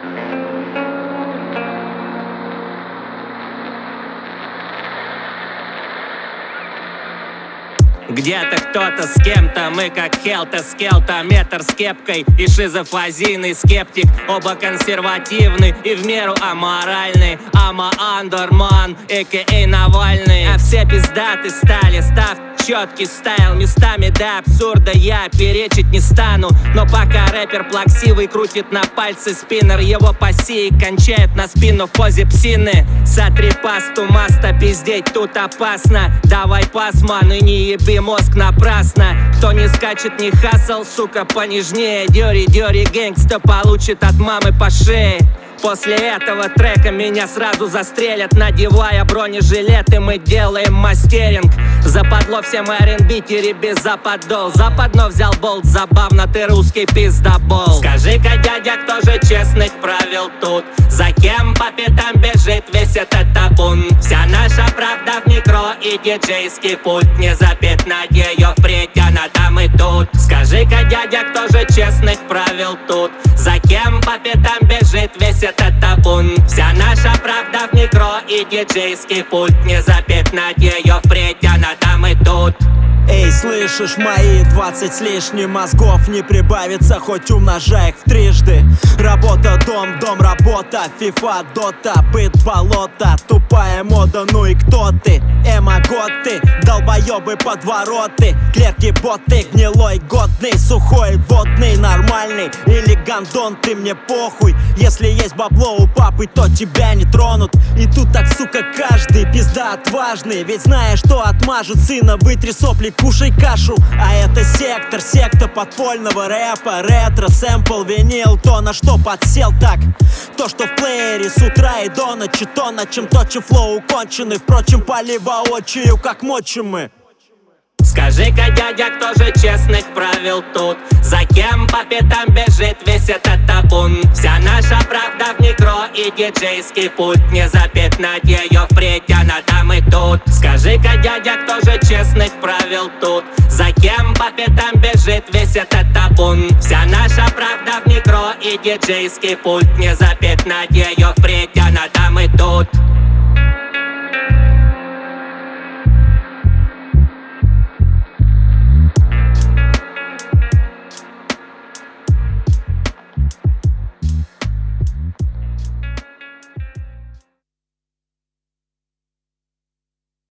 Где-то кто-то с кем-то, мы как Хелта с Келта. Метр с кепкой и шизофазийный скептик. Оба консервативны и в меру аморальны. Ама Андерман, а.к.а. Навальный. А все пиздаты стали, став четкий стайл. Местами до абсурда я перечить не стану. Но пока рэпер плаксивый крутит на пальце спиннер, его пассии кончает на спину в позе псины. Сотри пасту, маста, пиздеть тут опасно. Давай пасман и не еби мозг напрасно. Кто не скачет, не хасл, сука, понежнее. Дёри гэнгста получит от мамы по шее. После этого трека меня сразу застрелят. Надевая бронежилеты, мы делаем мастеринг. Западло всем R&B, тереби западол. Западно взял болт, забавно, ты русский пиздобол. Скажи-ка, дядя, кто же честных правил тут? За кем по пятам бежит весь этот табун? Вся наша правда в микро и диджейский путь. Не запятнать ее впредь, она там и тут. Скажи-ка, дядя, кто же честных правил тут? За кем по пятам бежит весь этот табун? Вся наша правда в микро и диджейский путь. Не запятнать ее впредь, она там и тут. Эй, слышишь, мои 20 с лишним мозгов не прибавится, хоть умножай их в трижды. Работа, дом, дом, работа, фифа, дота, быт, болото, тупая мода, ну и кто ты? Эмаготы, долбоебы, подвороты, клерки, боты, гнилой, годный, сухой, водный, нормальный или гандон, ты мне похуй. Если есть бабло у папы, то тебя не тронут. И тут так, сука, каждый пизда отважный, ведь знаешь, что отмажет сына, вытри сопли, кушай кашу. А это сектор, секта подпольного рэпа, ретро, сэмпл, винил, то на что подсел так. То, что в плеере с утра и до ночи, то, на чем точи флоу кончены. Впрочем, пали воочию, как мочим мы. Скажи-ка, дядя, кто же честных правил тут? За кем по пятам бежит весь этот табун? Вся наша правда в микро и диджейский путь. Не запятнать ее впредь, она там и тут. Скажи-ка, дядя, кто же честных правил тут? За кем по пятам бежит весь этот табун? Вся наша правда в микро и диджейский путь. Не запятнать ее впредь, она там и тут.